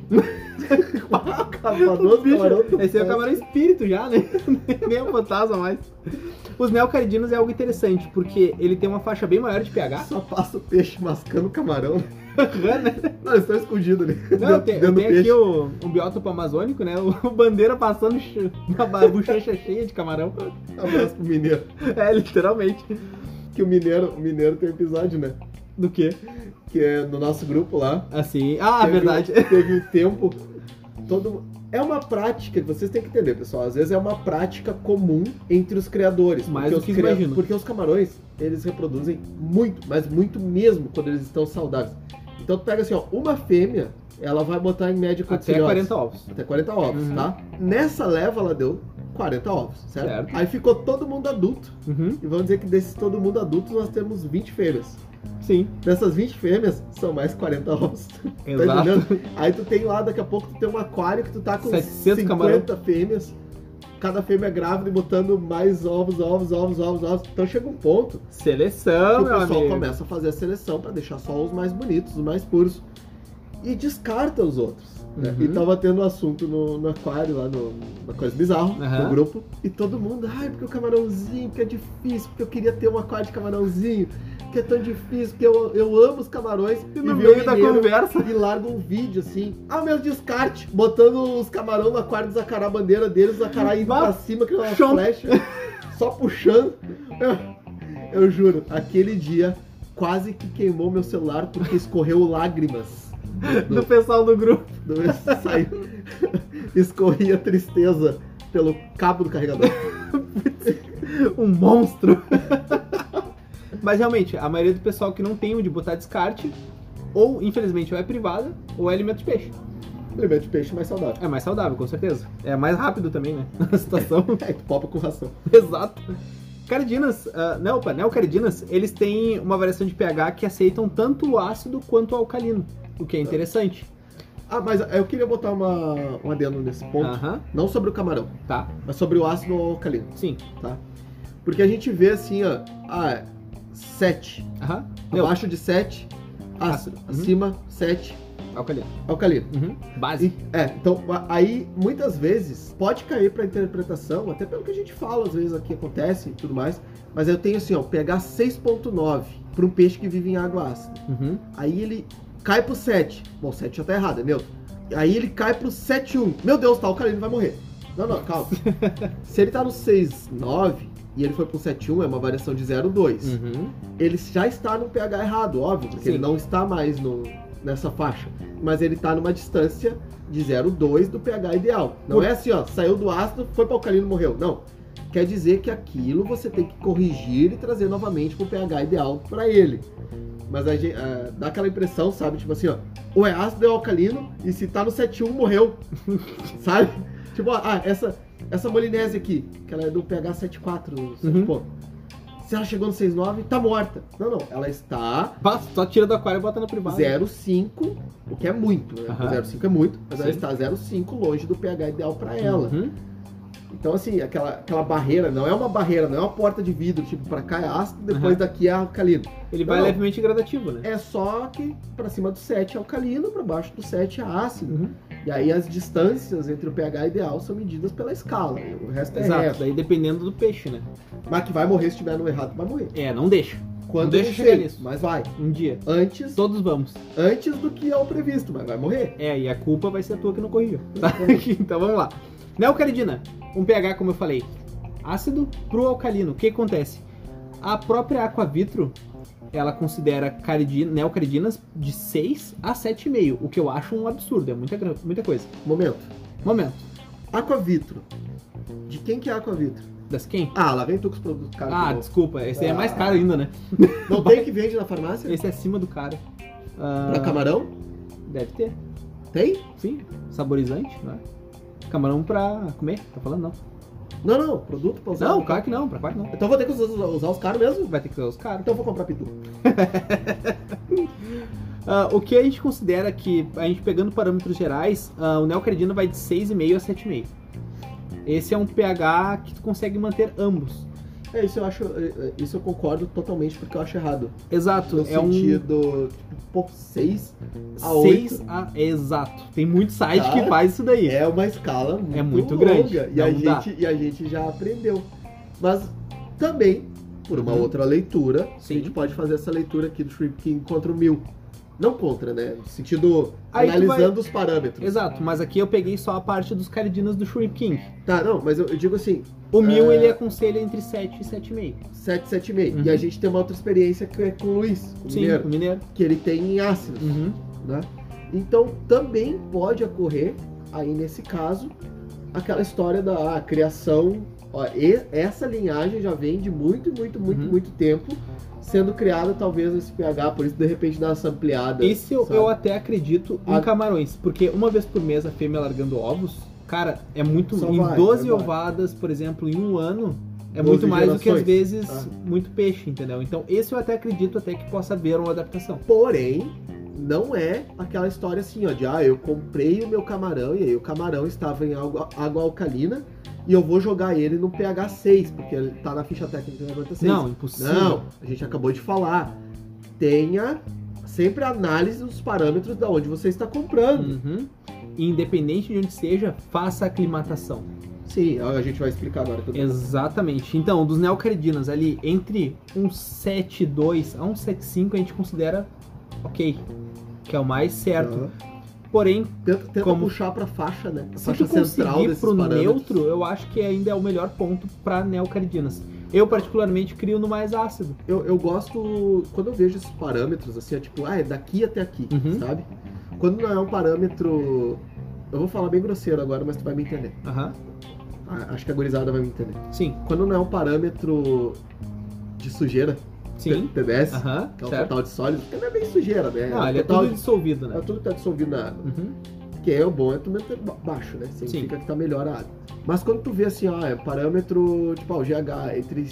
S1: Esse é o camarão espírito já, né? Nem é um fantasma mais. Os neocaridinos é algo interessante, porque ele tem uma faixa bem maior de pH.
S2: Só passa o peixe mascando o camarão. Não, eles estão escondidos ali.
S1: Não, tem aqui um biótopo amazônico, né? O Bandeira passando uma bochecha cheia de camarão.
S2: Abraço pro mineiro.
S1: É, literalmente.
S2: Que o mineiro tem um episódio, né?
S1: Do quê?
S2: Que é no nosso grupo lá.
S1: Assim. Ah, verdade.
S2: Teve um tempo. É uma prática que vocês têm que entender, pessoal. Às vezes é uma prática comum entre os criadores.
S1: Mais do que imagino.
S2: Porque os camarões, eles reproduzem muito, mas muito mesmo quando eles estão saudáveis. Então tu pega assim, ó, uma fêmea, ela vai botar em média quantos
S1: Até
S2: filhotes?
S1: 40 ovos.
S2: Até 40 ovos, tá? Nessa leva ela deu 40 ovos, certo? Aí ficou todo mundo adulto. E vamos dizer que desses todo mundo adulto nós temos 20 fêmeas.
S1: Sim.
S2: Dessas 20 fêmeas, são mais 40 ovos.
S1: Exato.
S2: Tá. Aí tu tem lá, daqui a pouco tu tem um aquário que tu tá com
S1: 700
S2: 50 fêmeas. Cada fêmea grávida e botando mais ovos. Então chega um ponto
S1: seleção,
S2: que o pessoal começa a fazer a seleção pra deixar só os mais bonitos, os mais puros. E descarta os outros. Né? E tava tendo um assunto no aquário, lá na Coisa Bizarro, no grupo. E todo mundo, porque o camarãozinho, porque é difícil, porque eu queria ter um aquário de camarãozinho, que é tão difícil, porque eu amo os camarões.
S1: E no meio da conversa.
S2: E larga um vídeo assim, meu descarte, botando os camarão no aquário do Zacará, a bandeira deles, o Zacará indo pra cima, que é uma flecha, só puxando. Eu juro, aquele dia quase que queimou meu celular porque escorreu lágrimas.
S1: Do pessoal do grupo.
S2: Saiu. Escorria tristeza pelo cabo do carregador.
S1: Um monstro. Mas realmente, a maioria do pessoal que não tem onde botar descarte, ou infelizmente ou é privada, ou é alimento de peixe.
S2: Alimento de peixe mais saudável.
S1: É mais saudável, com certeza. É mais rápido também, né? A situação.
S2: Tu popa com ração.
S1: Exato. Caridinas, neocaridinas, eles têm uma variação de pH que aceitam tanto o ácido quanto o alcalino, o que é interessante.
S2: Mas eu queria botar um adendo nesse ponto, não sobre o camarão,
S1: tá?
S2: Mas sobre o ácido alcalino.
S1: Sim.
S2: Tá? Porque a gente vê assim, 7. Abaixo de 7, ácido. Acima, 7, alcalino.
S1: Base.
S2: Então, aí, muitas vezes, pode cair pra interpretação, até pelo que a gente fala, às vezes aqui acontece e tudo mais, mas eu tenho assim, pH 6.9. para um peixe que vive em água ácida.
S1: Uhum.
S2: Aí ele cai pro 7. Bom, 7 já tá errado, é neutro. Aí ele cai pro 7,1. Meu Deus, tá alcalino, vai morrer. Não, calma. Se ele tá no 6,9 e ele foi pro 7,1, é uma variação de 0,2.
S1: Uhum.
S2: Ele já está no pH errado, óbvio, porque
S1: Sim.
S2: ele não está mais nessa faixa. Mas ele tá numa distância de 0,2 do pH ideal. Não é assim, ó, saiu do ácido, foi pro alcalino, morreu. Não. Quer dizer que aquilo você tem que corrigir e trazer novamente pro pH ideal para ele. Mas a gente, dá aquela impressão, sabe? Tipo assim, ó, ou é ácido ou é alcalino, e se tá no 7,1, morreu. Sabe? Tipo, essa molinese aqui, que ela é do pH 7,4, 7 ponto. Se ela chegou no 6,9, tá morta. Não, ela está...
S1: Só tira do aquário e bota na privada.
S2: 0,5, o que é muito, né?
S1: Uhum.
S2: 0,5 é muito, mas
S1: Sim.
S2: ela está 0,5 longe do pH ideal para ela.
S1: Uhum.
S2: Então, assim, aquela barreira, não é uma barreira, não é uma porta de vidro, tipo, pra cá é ácido, depois daqui é alcalino.
S1: Ele vai
S2: Não.
S1: levemente gradativo, né?
S2: É só que pra cima do 7 é alcalino, pra baixo do 7 é ácido.
S1: Uhum.
S2: E aí as distâncias entre o pH ideal são medidas pela escala, o resto é
S1: Exato,
S2: reto.
S1: daí dependendo do peixe, né?
S2: Mas que vai morrer se estiver no errado, vai morrer.
S1: Não deixa.
S2: Quando
S1: não deixa
S2: eu
S1: chegar
S2: sei,
S1: nisso.
S2: mas vai.
S1: Um dia.
S2: Antes
S1: Todos vamos.
S2: do que é o previsto, mas vai morrer.
S1: E a culpa vai ser a tua que não corrigiu. Tá? Então vamos lá. Neocaridina, um pH, como eu falei, ácido pro alcalino. O que acontece? A própria Aquavitro, ela considera neocaridinas de 6 a 7,5, o que eu acho um absurdo, é muita coisa.
S2: Momento.
S1: Aquavitro.
S2: De quem que é a Aquavitro?
S1: Das quem?
S2: Lá vem tu com os produtos caros. de novo.
S1: Desculpa, esse aí é mais caro ainda, né?
S2: Não tem que vende na farmácia?
S1: Esse é acima do cara.
S2: Pra camarão?
S1: Deve ter.
S2: Tem?
S1: Sim, saborizante, né? Camarão pra comer, tá falando? Não.
S2: Não, produto pra usar.
S1: Não, claro que não, pra quarto não.
S2: Então vou ter que usar os caros mesmo?
S1: Vai ter que usar os caros.
S2: Então eu vou comprar pitu.
S1: O que a gente considera que, a gente pegando parâmetros gerais, o neocaridina vai de 6,5 a 7,5. Esse é um pH que tu consegue manter ambos.
S2: Isso eu concordo totalmente, porque eu acho errado.
S1: Exato,
S2: No sentido, tipo, 6 a 8.
S1: Exato. Tem muito site
S2: Tá.
S1: que faz isso daí.
S2: É uma escala muito
S1: grande.
S2: longa.
S1: Não
S2: E a gente já aprendeu. Mas também, por uma outra leitura,
S1: Sim.
S2: a gente pode fazer essa leitura aqui do Shrimp King contra o 1000. Não contra, né? No sentido,
S1: Aí tu
S2: analisando os parâmetros.
S1: Exato, mas aqui eu peguei só a parte dos caridinas do Shrimp King.
S2: Tá, não, mas eu digo assim,
S1: O 1000 ele aconselha entre 7 e 7,5.
S2: 7, 7,5.
S1: Uhum.
S2: E a gente tem uma outra experiência que é com o Luiz, o
S1: Sim,
S2: mineiro,
S1: o mineiro.
S2: que ele tem em ácidos,
S1: Uhum.
S2: né? Então também pode ocorrer, aí nesse caso, aquela história da criação. Ó, essa linhagem já vem de muito tempo sendo criada, talvez, nesse pH, por isso de repente dá essa ampliada.
S1: Esse
S2: sabe?
S1: eu até acredito em camarões, porque uma vez por mês a fêmea largando ovos, cara, é muito.
S2: Só
S1: em
S2: vai,
S1: 12
S2: vai.
S1: ovadas, por exemplo, em um ano, é
S2: 12
S1: muito mais do que às
S2: gerações.
S1: vezes muito peixe, entendeu? Então esse eu até acredito até que possa haver uma adaptação.
S2: Porém, não é aquela história assim, ó, de eu comprei o meu camarão e aí o camarão estava em água alcalina e eu vou jogar ele no pH 6, porque ele tá na ficha técnica que aguenta 6.
S1: Não, impossível.
S2: Não, a gente acabou de falar. Tenha sempre a análise dos parâmetros da onde você está comprando.
S1: Uhum. E independente de onde seja, faça a aclimatação.
S2: Sim, a gente vai explicar agora.
S1: Exatamente. Então, dos neocaridinas ali, entre um 7,2 a um 7,5 a gente considera ok, que é o mais certo.
S2: Uhum.
S1: Porém,
S2: Tenta
S1: como-
S2: puxar pra faixa, né? A
S1: se
S2: faixa
S1: tu
S2: central
S1: conseguir
S2: desses
S1: pro
S2: parâmetros.
S1: neutro, eu acho que ainda é o melhor ponto para neocaridinas. Eu particularmente crio no mais ácido.
S2: Eu gosto, quando eu vejo esses parâmetros, assim, é tipo, é daqui até aqui,
S1: Uhum.
S2: sabe? Quando não é um parâmetro... Eu vou falar bem grosseiro agora, mas tu vai me entender.
S1: Aham.
S2: Acho que a gurizada vai me entender.
S1: Sim.
S2: Quando não é um parâmetro de sujeira,
S1: Sim.
S2: TBS,
S1: Aham.
S2: que é o
S1: Certo.
S2: total de sólido, porque não é bem sujeira, né?
S1: Não,
S2: o
S1: ele é
S2: total
S1: tudo dissolvido,
S2: é
S1: né?
S2: tudo que tá dissolvido na água.
S1: Uhum.
S2: Que é o bom, é tu manter baixo, né? Significa que tá melhor a água. Mas quando tu vê assim, é parâmetro, tipo, o GH entre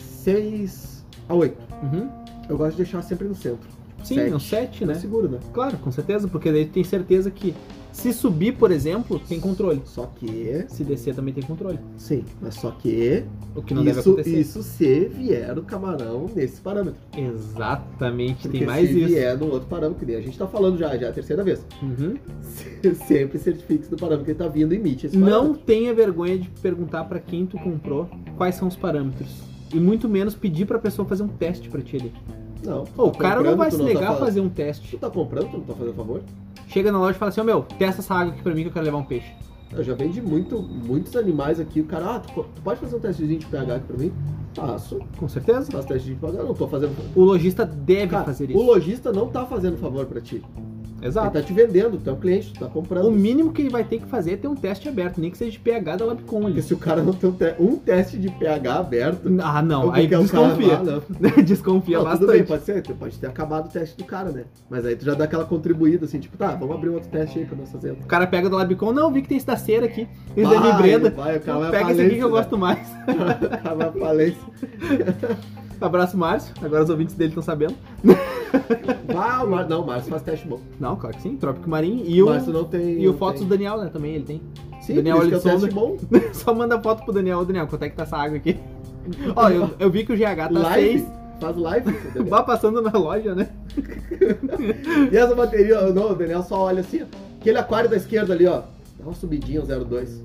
S2: 6 a 8.
S1: Uhum.
S2: Eu gosto de deixar sempre no centro.
S1: Sim, no 7, né?
S2: É seguro, né?
S1: Claro, com certeza, porque daí tu tem certeza que se subir, por exemplo, tem controle.
S2: Só que...
S1: Se descer também tem controle.
S2: Sim, mas só que...
S1: O que não deve acontecer.
S2: Isso se vier o camarão nesse parâmetro.
S1: Exatamente,
S2: Porque
S1: tem mais
S2: se
S1: isso.
S2: vier no outro parâmetro, que nem a gente tá falando já é a terceira vez.
S1: Uhum.
S2: Sempre certifique-se do parâmetro que ele tá vindo e emite esse
S1: Não
S2: parâmetro.
S1: tenha vergonha de perguntar pra quem tu comprou quais são os parâmetros. E muito menos pedir pra pessoa fazer um teste pra ti ali.
S2: Não.
S1: Pô, o cara não vai se negar a
S2: fazendo.
S1: fazer um teste.
S2: Tu tá comprando, tu não tá fazendo favor?
S1: Chega na loja e fala assim, ô meu, testa essa água aqui pra mim que eu quero levar um peixe.
S2: Eu já vendi muitos animais aqui. O cara, tu pode fazer um testezinho de pH aqui pra mim? Faço.
S1: Com certeza.
S2: Faço teste de pH, não tô fazendo.
S1: O lojista deve
S2: Cara,
S1: fazer isso.
S2: o lojista não tá fazendo favor pra ti.
S1: Exato.
S2: Ele tá te vendendo, tu é um cliente, tu tá comprando.
S1: O mínimo que ele vai ter que fazer é ter um teste aberto, nem que seja de pH da Labicon ali.
S2: Porque se o cara não tem um teste de pH aberto...
S1: Ah, não,
S2: ou
S1: aí
S2: porque
S1: desconfia.
S2: O cara não.
S1: Desconfia
S2: Não,
S1: bastante.
S2: tudo bem, pode ser, tu pode ter acabado o teste do cara, né? Mas aí tu já dá aquela contribuída, assim, tipo, tá, vamos abrir outro teste aí pra nós fazendo.
S1: O cara pega do Labicon, não, vi que tem esse da cera aqui, esse da Vibreda.
S2: O cara vai
S1: Pega esse aqui que eu gosto mais.
S2: O cara vai à falência.
S1: Abraço, Márcio. Agora os ouvintes dele estão sabendo.
S2: Não, o Márcio faz teste bom.
S1: Não, claro que sim. Trópico Marinho e o
S2: Márcio não tem...
S1: e o fotos do Daniel, né? Também ele tem.
S2: Sim,
S1: Daniel,
S2: por isso que é o
S1: ele
S2: teste bom.
S1: Só manda foto pro Daniel. Ô, Daniel, quanto é que tá essa água aqui? Ó, eu vi que o GH tá
S2: Live?
S1: 6.
S2: Faz live, Daniel.
S1: Vá passando na loja, né?
S2: E essa bateria, não, o Daniel só olha assim, ó. Aquele aquário da esquerda ali, ó. Dá uma subidinha, 0,2.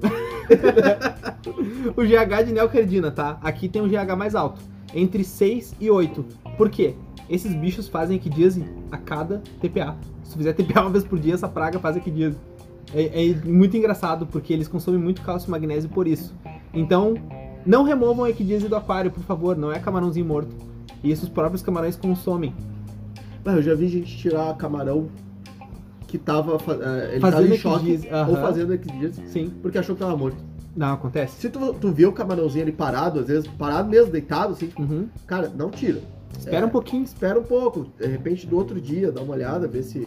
S1: O GH de Neocardina, tá? Aqui tem um GH mais alto. Entre 6 e 8. Por quê? Esses bichos fazem equidíase a cada TPA. Se tu fizer TPA uma vez por dia, essa praga faz equidíase. É muito engraçado, porque eles consomem muito cálcio e magnésio por isso. Então, não removam a equidíase do aquário, por favor. Não é camarãozinho morto. E isso os próprios camarões consomem.
S2: Mas eu já vi gente tirar camarão que tava, ele
S1: Fazendo
S2: tava em choque,
S1: equidíase, aham.
S2: ou fazendo equidíase,
S1: Sim.
S2: porque achou que tava morto.
S1: Não, acontece.
S2: Se tu vê o camarãozinho ali parado, às vezes parado mesmo, deitado, assim, tipo,
S1: Uhum.
S2: cara, não tira.
S1: Espera um pouquinho.
S2: Espera um pouco, de repente do outro dia, dá uma olhada, vê se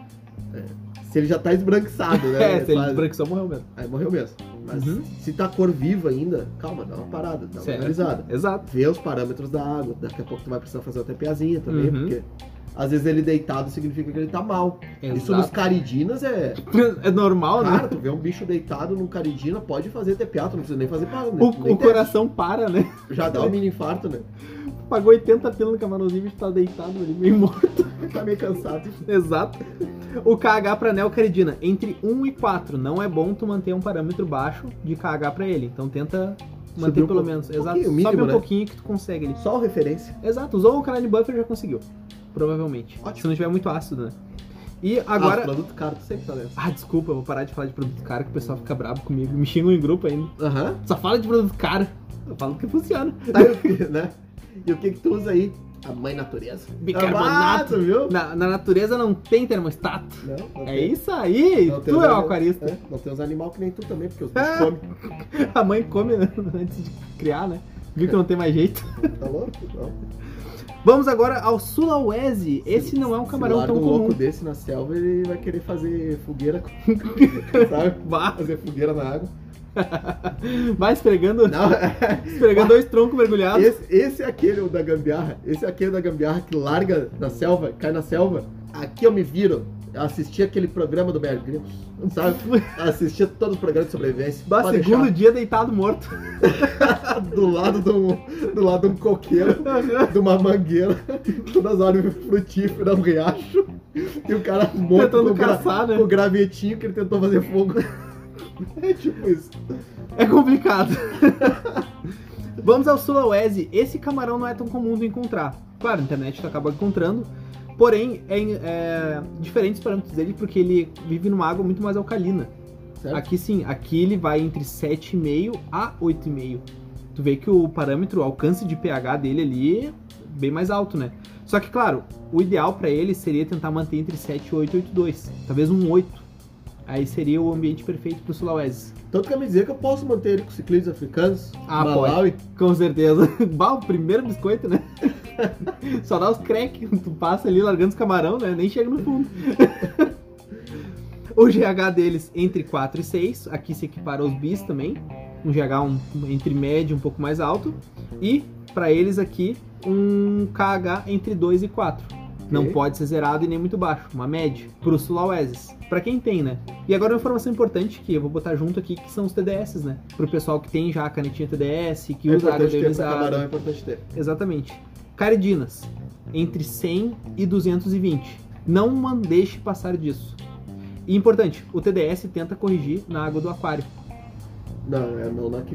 S2: ele já tá esbranquiçado, né?
S1: Se ele esbranquiçou, morreu mesmo.
S2: Aí morreu mesmo. Mas
S1: Uhum.
S2: se tá cor viva ainda, calma, dá uma parada, dá uma
S1: Certo.
S2: analisada.
S1: Exato.
S2: Vê os parâmetros da água, daqui a pouco tu vai precisar fazer uma TPAzinha também,
S1: Uhum.
S2: porque às vezes ele deitado significa que ele tá mal.
S1: Exato.
S2: Isso nos caridinas é...
S1: É normal,
S2: Cara,
S1: né?
S2: tu vê um bicho deitado num caridina, pode fazer TPA, tu não precisa nem fazer para, né?
S1: O coração para, né?
S2: Já dá um mini infarto, né?
S1: Pagou 80 pila no camarãozinho e o bicho tá deitado ali, meio morto.
S2: Tá meio cansado.
S1: Exato. O KH pra neocaridina, entre 1 e 4. Não é bom tu manter um parâmetro baixo de KH pra ele. Então tenta manter
S2: Subir um
S1: pelo
S2: pouco-
S1: menos.
S2: um
S1: Exato.
S2: pouquinho, o mínimo,
S1: Sobe um
S2: né?
S1: pouquinho que tu consegue ali.
S2: Só referência.
S1: Exato. Usou o Canine Buffer já conseguiu. Provavelmente.
S2: Ótimo.
S1: Se não tiver muito ácido, né? E
S2: Agora...
S1: agora...
S2: produto caro, tu sempre tá nessa.
S1: Ah, desculpa, eu vou parar de falar de produto caro que o pessoal fica bravo comigo. Me xingam em grupo ainda.
S2: Aham.
S1: Só fala de produto caro. Eu falo que funciona.
S2: Tá, e o que, né? E o que tu usa aí? A mãe natureza.
S1: Bicarbonato.
S2: Ah, tu viu?
S1: Na natureza não tem termostato.
S2: Não
S1: É
S2: tem.
S1: isso aí.
S2: Não tem
S1: Tu
S2: os
S1: é o
S2: anim-
S1: aquarista.
S2: Não tem os animais que nem tu também, porque os bichos comem.
S1: A mãe come antes de criar, né? Viu que não tem mais jeito.
S2: Tá louco? Não.
S1: Vamos agora ao Sulawesi. Esse não é um camarão
S2: Se larga
S1: tão
S2: um
S1: comum.
S2: louco desse na selva, ele vai querer fazer fogueira, sabe?
S1: Vá.
S2: Fazer fogueira na água.
S1: Vai esfregando,
S2: Não,
S1: esfregando dois troncos mergulhados.
S2: esse é aquele o da gambiarra. Esse é aquele da gambiarra que larga na selva, cai na selva. Aqui eu me viro. Eu assisti aquele programa do Bear Grylls, sabe? Eu assistia todos os programas de sobrevivência.
S1: Bah,
S2: Pode
S1: segundo dia deitado morto.
S2: deixar do lado de um coqueiro, de uma mangueira, todas as árvores frutíferas, um riacho. E o cara morto
S1: Tentando caçar, né?
S2: com o gravetinho que ele tentou fazer fogo. É tipo isso.
S1: É complicado. Vamos ao Sulawesi. Esse camarão não é tão comum de encontrar. Claro, a internet tu acaba encontrando. Porém, é diferente os parâmetros dele porque ele vive numa água muito mais alcalina.
S2: Certo?
S1: Aqui sim, aqui ele vai entre 7,5 a 8,5. Tu vê que o parâmetro, o alcance de pH dele ali é bem mais alto, né? Só que, claro, o ideal pra ele seria tentar manter entre 7, 8 e 8,2. Talvez um 8. Aí seria o ambiente perfeito pro Sulawesi.
S2: Tanto quer me dizer que eu posso manter ele com ciclistas africanos,
S1: Ah,
S2: Malawi.
S1: pode. Com certeza. Bah, o primeiro biscoito, né? Só dá os crack, tu passa ali largando os camarão, né? Nem chega no fundo. O GH deles entre 4 e 6. Aqui se equipara aos bis também. Um GH entre médio, um pouco mais alto. E, pra eles aqui, um KH entre 2 e 4. Não pode ser zerado e nem muito baixo. Uma média. Pro Sulawesi. Pra quem tem, né? E agora uma informação importante que eu vou botar junto aqui, que são os TDS, né? Pro pessoal que tem já a canetinha TDS, que
S2: É
S1: usa água
S2: importante ter, pra camarão é
S1: ionizada.
S2: importante ter.
S1: Exatamente. Caridinas. Entre 100 e 220. Não deixe passar disso. E importante, o TDS tenta corrigir na água do aquário.
S2: Não, não na que vem.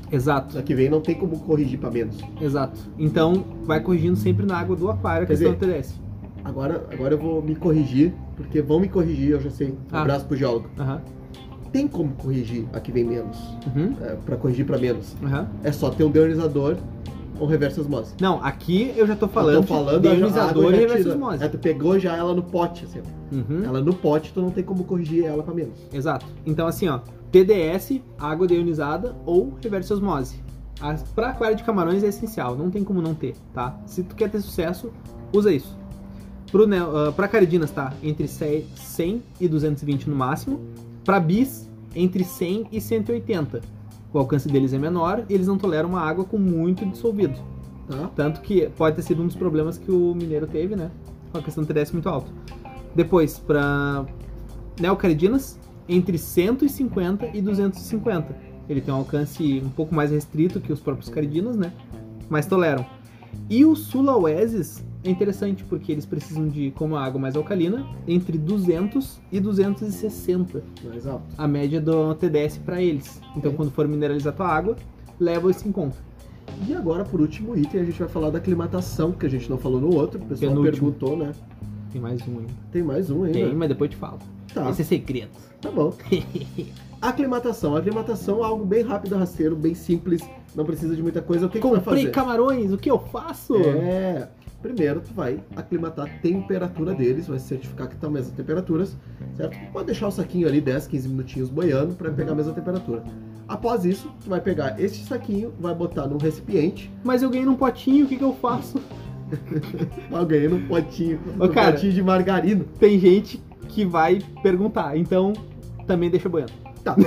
S1: Exato,
S2: Na que vem não tem como corrigir pra menos.
S1: exato. Então, vai corrigindo sempre na água do aquário a
S2: Quer
S1: questão do
S2: dizer,
S1: TDS.
S2: Agora eu vou me corrigir, porque vão me corrigir, eu já sei. Um abraço pro geólogo.
S1: Aham,
S2: Tem como corrigir a que vem menos,
S1: uhum,
S2: pra corrigir pra menos.
S1: aham.
S2: É só ter um deionizador ou reverse osmose.
S1: Não, aqui eu já tô falando,
S2: Eu tô falando
S1: de
S2: a
S1: ionizador
S2: água
S1: e
S2: já
S1: reverso
S2: tira.
S1: osmose.
S2: Tu pegou já ela no pote, assim.
S1: Uhum.
S2: Ela no pote, tu não tem como corrigir ela pra menos.
S1: Exato. Então, assim, ó, TDS, água deionizada ou reverse osmose. Para aquário de camarões é essencial, não tem como não ter, tá? Se tu quer ter sucesso, usa isso. Para caridinas, tá? Entre 100 e 220 no máximo. Para bis, entre 100 e 180. O alcance deles é menor e eles não toleram uma água com muito dissolvido.
S2: Tá?
S1: Tanto que pode ter sido um dos problemas que o mineiro teve, né? Com a questão do TDS muito alto. Depois, para neocaridinas, entre 150 e 250. Ele tem um alcance um pouco mais restrito que os próprios caridinas, né? Mas toleram. E os sulawesses é interessante porque eles precisam de, como a água mais alcalina, entre 200 e 260.
S2: Mais alto.
S1: A média do TDS para eles. Então, quando for mineralizar tua água, leva isso em conta.
S2: E agora, por último item, a gente vai falar da aclimatação, que a gente não falou no outro. O pessoal
S1: Penúltimo.
S2: perguntou, né?
S1: Tem mais um ainda.
S2: Tem mais um ainda?
S1: Tem, mas depois eu te falo.
S2: Tá.
S1: Esse é segredo.
S2: Tá bom. Aclimatação. Aclimatação é algo bem rápido, rasteiro, bem simples. Não precisa de muita coisa. O que tu vai
S1: Comprei
S2: fazer?
S1: camarões, o que eu faço?
S2: Primeiro tu vai aclimatar a temperatura deles, vai certificar que estão as mesmas temperaturas, certo? Pode deixar o saquinho ali 10, 15 minutinhos boiando para pegar a mesma temperatura. Após isso, tu vai pegar este saquinho, vai botar num recipiente.
S1: Mas eu ganhei num potinho, o que eu faço?
S2: Eu ganhei num potinho,
S1: Cara,
S2: potinho de margarina.
S1: Tem gente que vai perguntar, então também deixa boiando.
S2: Tá.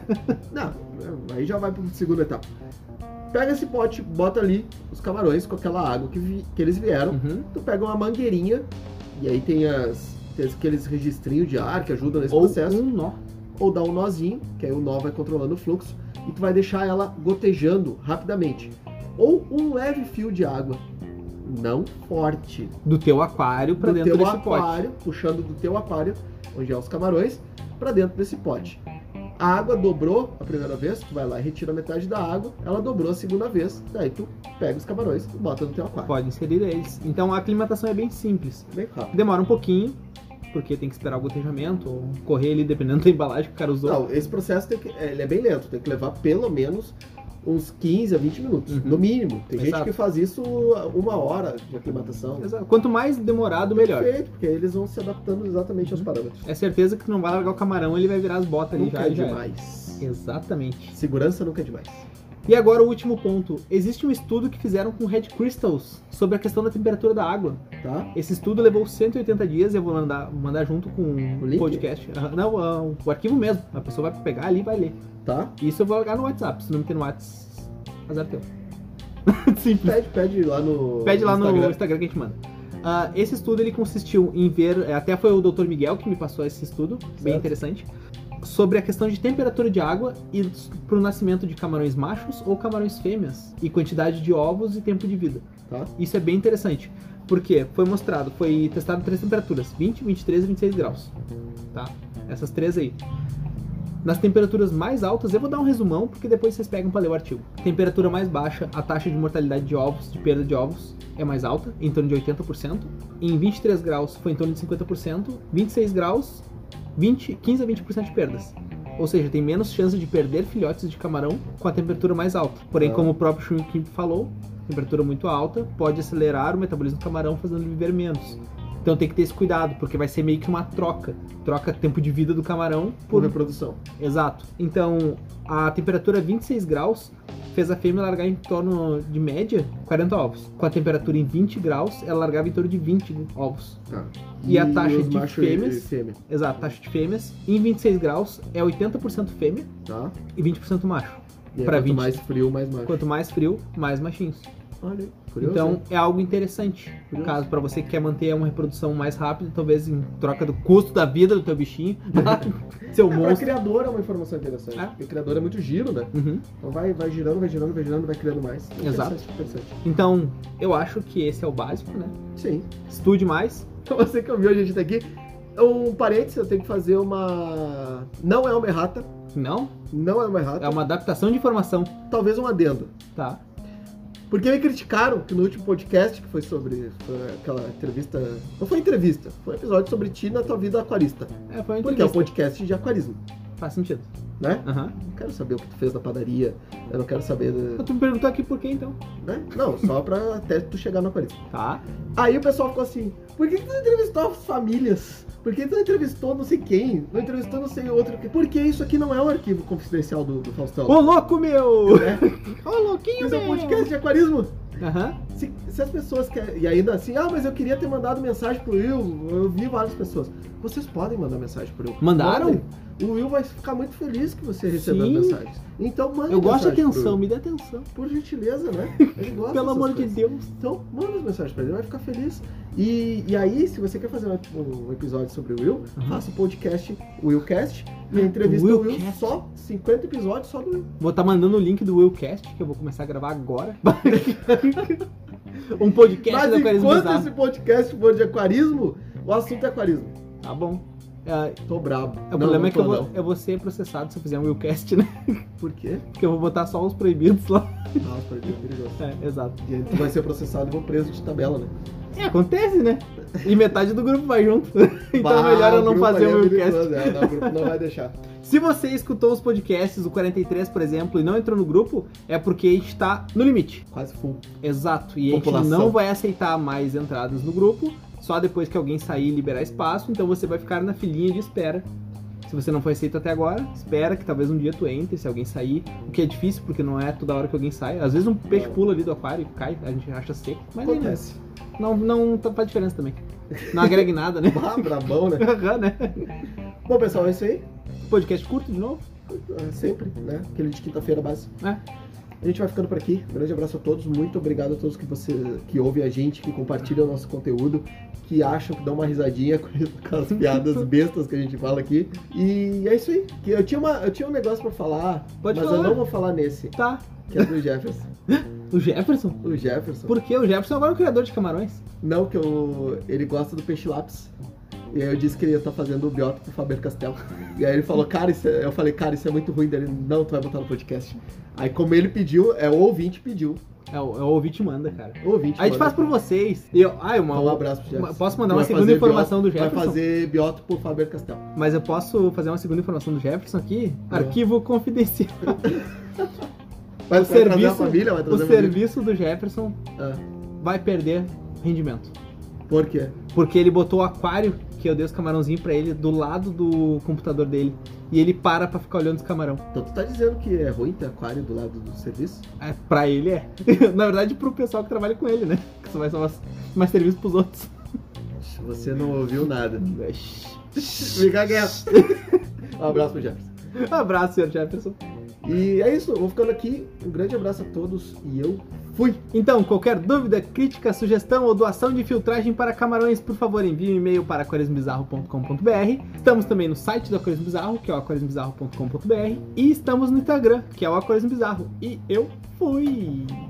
S2: Não, aí já vai para segunda etapa. Pega esse pote, bota ali os camarões com aquela água que eles vieram.
S1: Uhum.
S2: Tu pega uma mangueirinha e aí tem aqueles registrinhos de ar que ajudam nesse
S1: Ou
S2: processo.
S1: um nó.
S2: Ou dá um nozinho, que aí o nó vai controlando o fluxo. E tu vai deixar ela gotejando rapidamente. Ou um leve fio de água, não forte.
S1: Do teu aquário pra
S2: Do
S1: dentro
S2: teu
S1: desse
S2: aquário, puxando do teu aquário, onde é os camarões, pra dentro desse pote. A água dobrou a primeira vez, tu vai lá e retira metade da água, ela dobrou a segunda vez, daí tu pega os camarões e bota no teu aquário.
S1: Pode inserir eles. Então a aclimatação é bem simples.
S2: Bem rápido.
S1: Demora um pouquinho, porque tem que esperar o gotejamento, ou correr ali dependendo da embalagem que o cara usou.
S2: Não, esse processo ele é bem lento, tem que levar pelo menos uns 15 a 20 minutos,
S1: Uhum.
S2: no mínimo. Tem gente
S1: Exato.
S2: que faz isso 1 hora de aclimatação.
S1: Exato. Quanto mais demorado, melhor.
S2: Perfeito, porque eles vão se adaptando exatamente aos parâmetros.
S1: É certeza que tu não vai largar o camarão, ele vai virar as botas ali
S2: Nunca
S1: já.
S2: é
S1: e já era.
S2: demais.
S1: Exatamente.
S2: Segurança nunca é demais.
S1: E agora o último ponto. Existe um estudo que fizeram com Red Crystals sobre a questão da temperatura da água.
S2: Tá?
S1: Esse estudo levou 180 dias, eu vou mandar junto com
S2: O
S1: o
S2: link?
S1: podcast. Não, o arquivo mesmo. A pessoa vai pegar ali e vai ler.
S2: Tá?
S1: Isso eu vou largar no WhatsApp. Se não me tem no WhatsApp, azar teu. Simples.
S2: Pede lá no
S1: Pede lá no
S2: Instagram.
S1: Instagram que a gente manda. Esse estudo ele consistiu em ver, até foi o Dr. Miguel que me passou esse estudo, bem
S2: Certo.
S1: interessante, sobre a questão de temperatura de água e para o nascimento de camarões machos ou camarões fêmeas, e quantidade de ovos e tempo de vida.
S2: Tá?
S1: Isso é bem interessante, porque foi testado 3 temperaturas, 20, 23 e 26 graus. Tá? Essas 3 aí. Nas temperaturas mais altas, eu vou dar um resumão, porque depois vocês pegam para ler o artigo. Temperatura mais baixa, a taxa de mortalidade de ovos, de perda de ovos, é mais alta, em torno de 80%. Em 23 graus foi em torno de 50%. 26 graus, 15 a 20% de perdas. Ou seja, tem menos chance de perder filhotes de camarão com a temperatura mais alta. Porém, como o próprio Schwimmer falou, temperatura muito alta pode acelerar o metabolismo do camarão, fazendo ele viver menos. Então tem que ter esse cuidado, porque vai ser meio que uma troca. Troca tempo de vida do camarão
S2: Por reprodução.
S1: Exato. Então, a temperatura 26 graus fez a fêmea largar em torno de média 40 ovos. Com a temperatura em 20 graus, ela largava em torno de 20 ovos.
S2: Tá.
S1: E a taxa
S2: os
S1: de
S2: macho
S1: fêmeas?
S2: e fêmea.
S1: Exato, taxa de fêmeas. Em 26 graus é 80% fêmea
S2: Tá?
S1: e 20% macho.
S2: E aí,
S1: Pra
S2: quanto
S1: 20.
S2: mais frio, mais macho.
S1: Quanto mais frio, mais machinhos.
S2: Olha aí, curioso.
S1: Então
S2: hein?
S1: é algo interessante. No
S2: Curioso.
S1: caso, para você que quer manter uma reprodução mais rápida, talvez em troca do custo da vida do teu bichinho, seu
S2: Pra
S1: monstro.
S2: criador é uma informação interessante.
S1: É.
S2: Porque o criador é muito giro, né?
S1: Uhum.
S2: Então vai girando, vai criando mais.
S1: Exato.
S2: Interessante.
S1: Então, eu acho que esse é o básico, né?
S2: Sim.
S1: Estude mais.
S2: Então você que ouviu, a gente tá aqui. Um parênteses, eu tenho que fazer uma... Não é uma errata,
S1: Não?
S2: Não é uma errata.
S1: É uma adaptação de informação.
S2: Talvez um adendo.
S1: Tá.
S2: Porque me criticaram que no último podcast, que foi sobre aquela entrevista... Não foi entrevista, foi um episódio sobre ti na tua vida aquarista.
S1: Foi uma
S2: Porque é um
S1: entrevista.
S2: podcast de aquarismo,
S1: Faz sentido.
S2: né?
S1: Aham.
S2: Não quero saber o que tu fez na padaria, eu não quero saber...
S1: Tu me perguntou aqui por quê, então.
S2: Né? Não, só pra até tu chegar no aquarismo.
S1: Tá.
S2: Aí o pessoal ficou assim, por que tu não entrevistou as famílias? Por que tu não entrevistou não sei quem? Não entrevistou não sei outro? Porque isso aqui não é um arquivo confidencial do Faustão.
S1: Ô, louco, meu!
S2: Né?
S1: Ô, louquinho,
S2: Isso é
S1: meu!
S2: um podcast de aquarismo.
S1: Aham.
S2: Se as pessoas querem... E ainda assim, mas eu queria ter mandado mensagem pro Will. Eu vi várias pessoas. Vocês podem mandar mensagem pro Will.
S1: Mandaram?
S2: Mandem. O Will vai ficar muito feliz que você recebeu
S1: Sim.
S2: mensagens. Então manda
S1: Eu gosto de
S2: mensagem pro
S1: atenção,
S2: Will.
S1: me dê atenção.
S2: Por gentileza, né? Ele gosta
S1: Pelo
S2: dessas
S1: amor de
S2: coisas.
S1: Deus.
S2: Então, manda as mensagens pra ele, ele vai ficar feliz. E aí, se você quer fazer um episódio sobre o Will, faça o podcast Willcast e a entrevista do Will
S1: Willcast.
S2: só 50 episódios só do Will.
S1: Vou estar mandando o link do Willcast, que eu vou começar a gravar agora. Um podcast
S2: Mas
S1: do Aquarismo
S2: enquanto
S1: Bizarro.
S2: esse podcast for de aquarismo, o assunto é aquarismo.
S1: Tá bom.
S2: Tô brabo.
S1: O problema é que eu vou ser processado se eu fizer um Willcast, né?
S2: Por quê?
S1: Porque eu vou botar só os proibidos lá.
S2: Nossa, é perigoso.
S1: Exato.
S2: E aí tu vai ser processado e vou preso de tabela, né?
S1: Acontece, né? E metade do grupo vai junto. Então
S2: Bah,
S1: é melhor eu não
S2: grupo
S1: fazer
S2: aí
S1: o
S2: é
S1: Willcast.
S2: perigoso, não, o grupo não vai deixar.
S1: Se você escutou os podcasts, o 43, por exemplo, e não entrou no grupo, é porque a gente tá no limite.
S2: Quase full.
S1: Exato. E a gente
S2: População.
S1: não vai aceitar mais entradas no grupo, só depois que alguém sair e liberar espaço, então você vai ficar na filinha de espera. Se você não foi aceito até agora, espera que talvez um dia tu entre, se alguém sair, o que é difícil, porque não é toda hora que alguém sai. Às vezes um peixe pula ali do aquário e cai, a gente acha seco, mas
S2: Acontece.
S1: não faz diferença também. Não agrega em nada, né?
S2: Ah, brabão, né?
S1: Aham, né?
S2: Bom, pessoal, é isso aí.
S1: Podcast curto de novo?
S2: Sempre, né? Aquele de quinta-feira base.
S1: É.
S2: A gente vai ficando por aqui. Um grande abraço a todos. Muito obrigado a todos que ouvem a gente, que compartilham o nosso conteúdo, que acham que dão uma risadinha com as piadas bestas que a gente fala aqui. E é isso aí. Que eu tinha um negócio pra falar,
S1: Pode
S2: mas
S1: falar.
S2: eu não vou falar nesse,
S1: Tá.
S2: que é do Jefferson.
S1: O Jefferson?
S2: O Jefferson.
S1: Por quê? O Jefferson agora é o criador de camarões.
S2: Não, que ele gosta do peixe lápis. E aí eu disse que ele ia estar fazendo o biótipo pro Faber-Castell. E aí ele falou, cara, eu falei, cara, isso é muito ruim dele. Não, tu vai botar no podcast. Aí como ele pediu, o ouvinte pediu.
S1: É o ouvinte manda, cara.
S2: O ouvinte
S1: A gente
S2: manda.
S1: faz por vocês.
S2: Então, um abraço pro Jefferson.
S1: Posso mandar
S2: Que
S1: uma
S2: vai
S1: segunda
S2: fazer
S1: informação do
S2: Vai
S1: Jefferson?
S2: fazer biótipo pro Faber-Castell.
S1: Mas eu posso fazer uma segunda informação do Jefferson aqui? Arquivo confidencial.
S2: Vai
S1: O
S2: trazer a
S1: serviço,
S2: família? Vai
S1: o
S2: trazer a família?
S1: serviço do Jefferson
S2: Ah,
S1: vai perder rendimento.
S2: por quê?
S1: Porque ele botou o aquário, que eu dei os camarãozinhos pra ele, do lado do computador dele. E ele pra ficar olhando os camarão.
S2: Então tu tá dizendo que é ruim ter aquário do lado do serviço?
S1: Pra ele é. Na verdade, pro pessoal que trabalha com ele, né? Que só vai ser mais serviço pros outros.
S2: Você não ouviu nada. Fica quieto. Um abraço pro Jefferson.
S1: Abraço, senhor Jefferson.
S2: E é isso, eu vou ficando aqui. Um grande abraço a todos e eu fui!
S1: Então, qualquer dúvida, crítica, sugestão ou doação de filtragem para camarões, por favor, envie um e-mail para aquarismobizarro.com.br. Estamos também no site do Aquarismo Bizarro, que é o aquarismobizarro.com.br. E estamos no Instagram, que é o Aquarismo Bizarro. E eu fui!